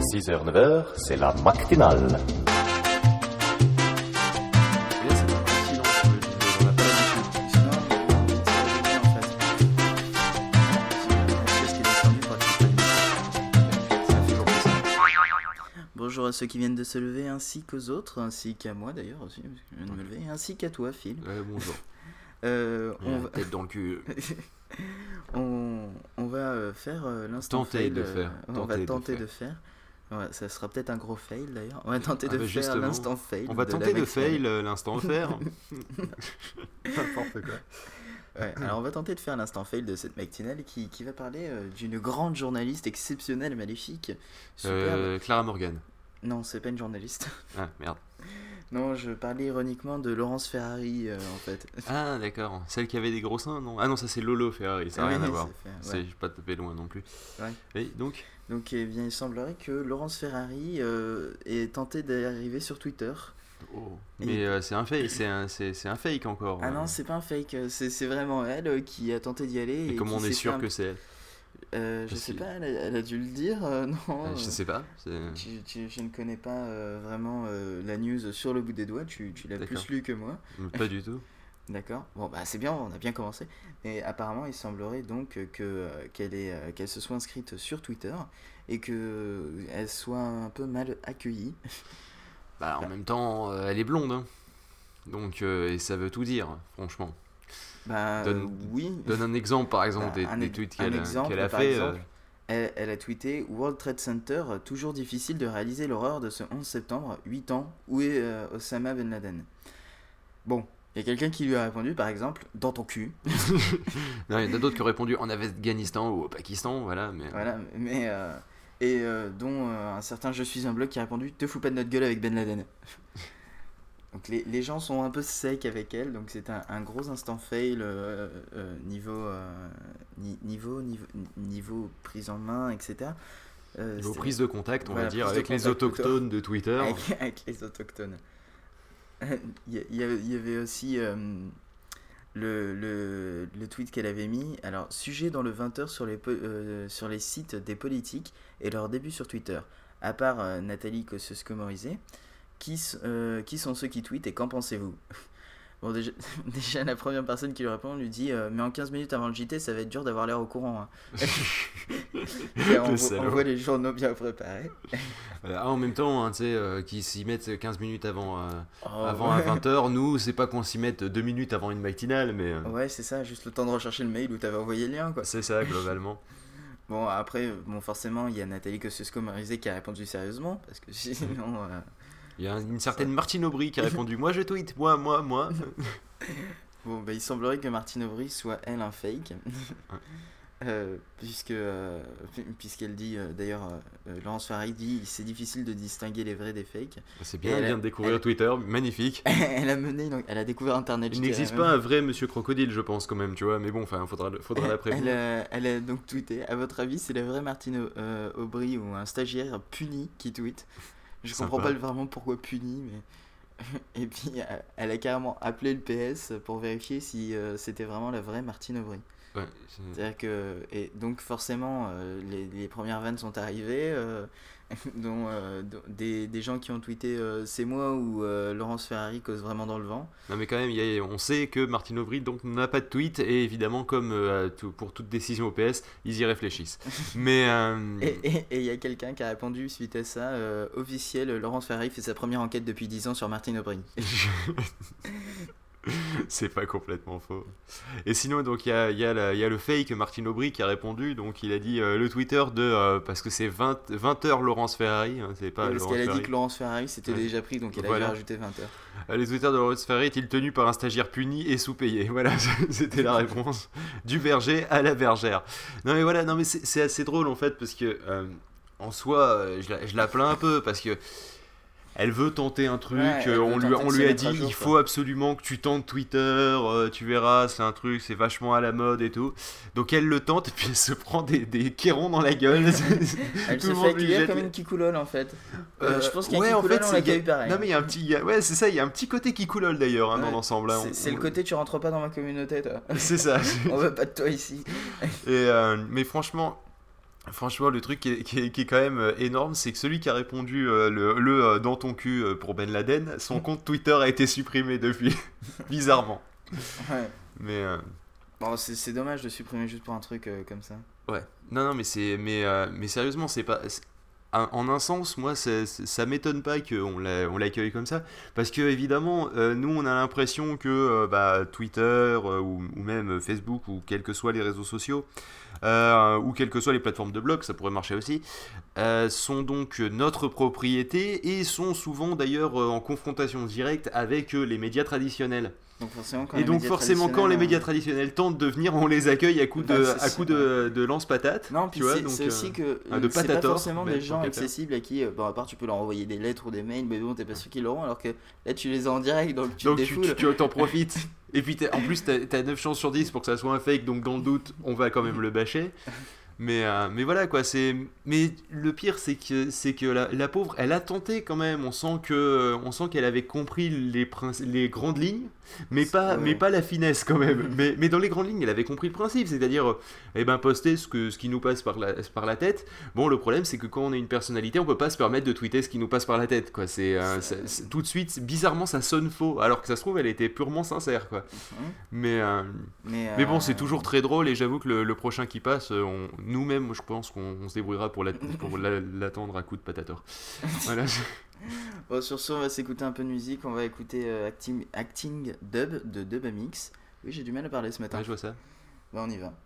6h, 9h, c'est la matinale. Là, c'est pas un silence sur le jingle, on n'a pas l'habitude. Sinon, on va en fait. Qu'est-ce qu'il est descendu pour être ça fait toujours plus ça. Bonjour à ceux qui viennent de se lever, ainsi qu'aux autres, ainsi qu'à moi d'ailleurs aussi, parce que je viens de me lever, ainsi qu'à toi, Phil. Bonjour. On va... Tête dans le cul. on va faire l'instant Tenter fail. de faire. On va tenter de faire. Ouais, ça sera peut-être un gros fail d'ailleurs. On va tenter de faire justement, l'instant fail. On va tenter de fail l'instant faire. N'importe quoi. Ouais, alors on va tenter de faire l'instant fail de cette matinale qui va parler d'une grande journaliste exceptionnelle, maléfique, superbe. Clara Morgan. Non, c'est pas une journaliste. Ah merde. Non, je parlais ironiquement de Laurence Ferrari en fait. Ah d'accord. Celle qui avait des gros seins, non? Ah non, ça c'est Lolo Ferrari, ça n'a rien à voir. Je vais pas taper loin non plus. Ouais. Et donc eh bien, il semblerait que Laurence Ferrari ait tenté d'arriver sur Twitter. Oh. Mais c'est un fake, c'est un fake encore. Ah non, c'est pas un fake, c'est vraiment elle qui a tenté d'y aller. Et comment on est sûr que c'est elle? Je sais pas, elle a dû le dire, non. Je sais pas. Je ne connais pas vraiment la news sur le bout des doigts, tu l'as plus lu que moi. Pas du tout. D'accord, bon bah c'est bien, on a bien commencé. Et apparemment il semblerait donc qu'elle se soit inscrite sur Twitter et qu'elle soit un peu mal accueillie. Bah en même temps, elle est blonde, hein. Donc et ça veut tout dire, franchement. Bah oui. Donne un exemple par exemple des tweets qu'elle a fait. Exemple, elle a tweeté World Trade Center, toujours difficile de réaliser l'horreur de ce 11 septembre, 8 ans, où est Osama Ben Laden? Bon, il y a quelqu'un qui lui a répondu par exemple dans ton cul. Non, il y en a d'autres qui ont répondu en Afghanistan ou au Pakistan, voilà. Et dont un certain Je suis un blog qui a répondu te fous pas de notre gueule avec Ben Laden. Donc les gens sont un peu secs avec elle, donc c'est un gros instant fail niveau prise en main, etc. Niveau prise de contact, on va dire, avec les autochtones de Twitter. Avec les autochtones. Il y avait aussi le tweet qu'elle avait mis. Alors, sujet dans le 20h sur les sites des politiques et leur début sur Twitter. À part Nathalie Kosciusko-Morizet, qui sont ceux qui tweetent et qu'en pensez-vous? Bon, déjà, la première personne qui lui répond lui dit mais en 15 minutes avant le JT, ça va être dur d'avoir l'air au courant. Hein. On voit les journaux bien préparés. En même temps, hein, tu sais, qui s'y mettent 15 minutes avant à 20h, nous, c'est pas qu'on s'y mette 2 minutes avant une matinale, mais... Ouais, c'est ça, juste le temps de rechercher le mail où t'avais envoyé le lien, quoi. C'est ça, globalement. Bon, après, forcément, il y a Nathalie Kosciusko-Morizet qui a répondu sérieusement, parce que sinon... Il y a une certaine Martine Aubry qui a répondu « Moi je tweet, moi ». Bon, il semblerait que Martine Aubry soit, elle, un fake. Puisqu'elle dit, d'ailleurs, Laurence Ferrari dit « C'est difficile de distinguer les vrais des fakes ». C'est bien, elle vient de découvrir Twitter, magnifique. Elle a découvert Internet. Il n'existe pas un vrai Monsieur Crocodile, je pense, quand même, tu vois, mais bon, faudra la prévenir. Elle a donc tweeté « À votre avis, c'est la vraie Martine Aubry ou un stagiaire puni qui tweet ?» Je comprends pas vraiment pourquoi puni, mais... Et puis, elle a carrément appelé le PS pour vérifier si c'était vraiment la vraie Martine Aubry. Ouais, c'est-à-dire que... Et donc, forcément, les premières vannes sont arrivées, dont des gens qui ont tweeté c'est moi ou Laurence Ferrari cause vraiment dans le vent. Non, mais quand même, on sait que Martine Aubry donc, n'a pas de tweet, et évidemment, comme pour toute décision au PS, ils y réfléchissent. Mais, Et il y a quelqu'un qui a répondu suite à ça officiel, Laurence Ferrari fait sa première enquête depuis 10 ans sur Martine Aubry. C'est pas complètement faux. Et sinon, donc il y a le fake Martine Aubry qui a répondu. Donc il a dit le Twitter de parce que c'est 20h Laurence Ferrari, hein, c'est pas. Parce qu'elle a dit que Laurence Ferrari c'était déjà pris, donc elle a rajouté 20h. Le Twitter de Laurence Ferrari est-il tenu par un stagiaire puni et sous-payé? Voilà, c'était la réponse. Du berger à la bergère. Non mais voilà, c'est assez drôle en fait parce que en soi, je la plains un peu parce que. Elle veut tenter un truc, on lui a dit il faut absolument que tu tentes Twitter, tu verras, c'est un truc, c'est vachement à la mode et tout. Donc elle le tente et puis elle se prend des quérons dans la gueule. Elle se fait accueillir comme une kikoulole en fait. Je pense qu'il y a un kikoulole, on l'accueille pareil. Non mais il y a un petit, c'est ça, il y a un petit côté kikoulole d'ailleurs dans l'ensemble. Hein, c'est le côté tu rentres pas dans ma communauté toi. C'est ça. On veut pas de toi ici. Mais franchement... Franchement, le truc qui est quand même énorme, c'est que celui qui a répondu le dans ton cul pour Ben Laden, son compte Twitter a été supprimé depuis, bizarrement. Ouais. Mais Bon, c'est dommage de supprimer juste pour un truc comme ça. ouais, non, mais sérieusement, c'est pas. En un sens, moi, ça m'étonne pas qu'on l'accueille comme ça, parce que évidemment, nous, on a l'impression que Twitter ou même Facebook ou quels que soient les réseaux sociaux, ou quelles que soient les plateformes de blog, ça pourrait marcher aussi, sont donc notre propriété et sont souvent d'ailleurs en confrontation directe avec les médias traditionnels. Donc forcément, quand les médias traditionnels tentent de venir, on les accueille à coups de lance-patate. Non, puis c'est aussi que c'est pas forcément des gens accessibles à qui, à part tu peux leur envoyer des lettres ou des mails, mais bon, t'es pas sûr qu'ils l'auront, alors que là tu les as en direct, donc tu te défoules. Tu t'en profites. Et puis en plus, t'as 9 chances sur 10 pour que ça soit un fake, donc dans le doute, on va quand même le bâcher. Mais voilà quoi, mais le pire c'est que la pauvre, elle a tenté quand même. On sent qu'elle avait compris les grandes lignes, mais pas la finesse quand même. mais dans les grandes lignes, elle avait compris le principe, c'est-à-dire poster ce qui nous passe par la tête. Bon, le problème c'est que quand on a une personnalité, on peut pas se permettre de tweeter ce qui nous passe par la tête quoi. C'est tout de suite, bizarrement ça sonne faux, alors que ça se trouve elle était purement sincère quoi. Mais bon, c'est toujours très drôle, et j'avoue que le prochain qui passe, nous-mêmes, je pense qu'on se débrouillera pour l'attendre à coups de patator. Voilà. Bon, sur ce, on va s'écouter un peu de musique. On va écouter Acting Dub de Dubamix. Oui, j'ai du mal à parler ce matin. Ouais, je vois ça. Bah, on y va.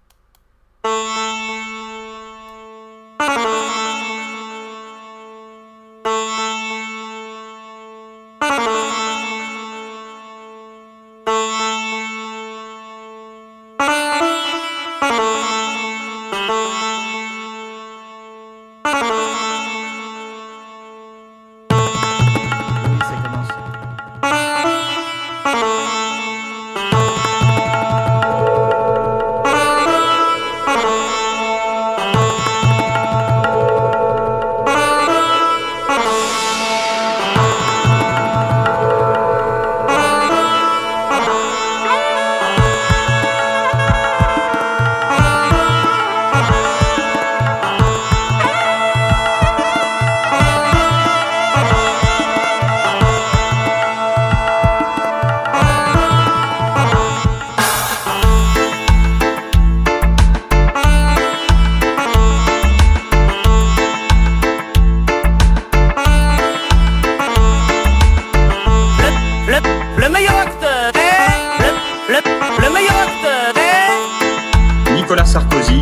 Nicolas Sarkozy.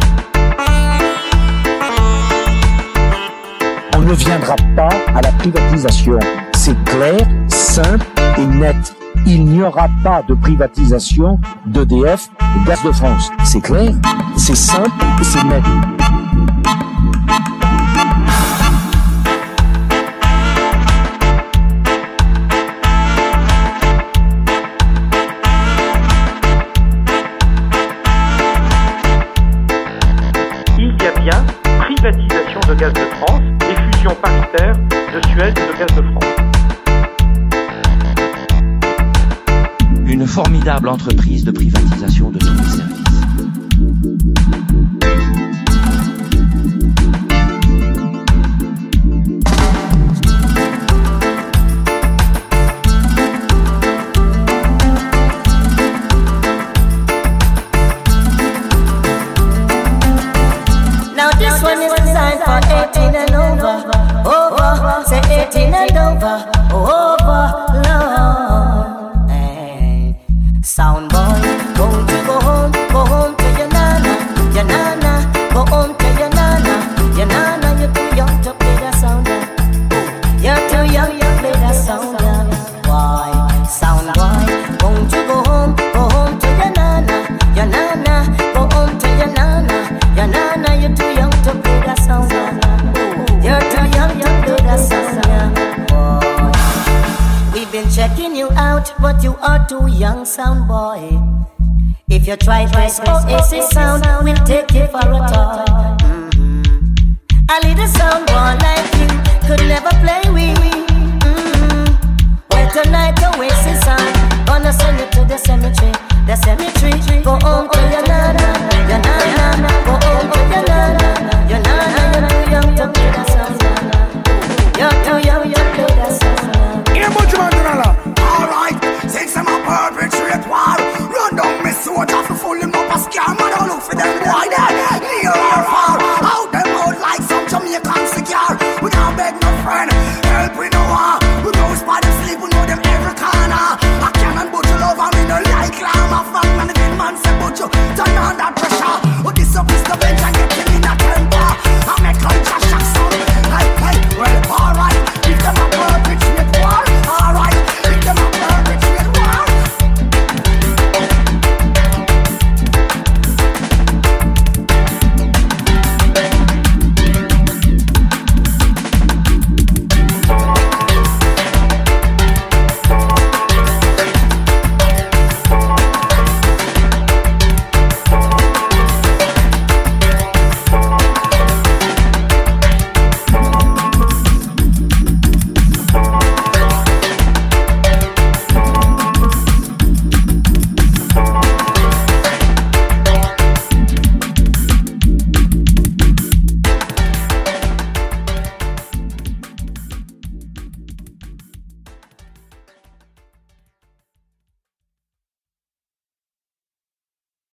On ne viendra pas à la privatisation. C'est clair, simple et net. Il n'y aura pas de privatisation d'EDF, de Gaz de France. C'est clair, c'est simple et c'est net. Privatisation de Gaz de France et fusion paritaire de Suez et de Gaz de France. Une formidable entreprise de privatisation de tous les services. This one is designed for 18 and over, say 18 and over, Lord. Hey. Sound boy, won't you go home to your nana, go home to your nana, you're too young to play that sound, you're too young to play that sound, why, sound boy, won't you go home to your nana, go home to your nana, you're too young to play that sound. You're too young to play that sound. Boy. We've been checking you out, but you are too young, sound boy. If you try this Oasis sound, we'll take you for a tour.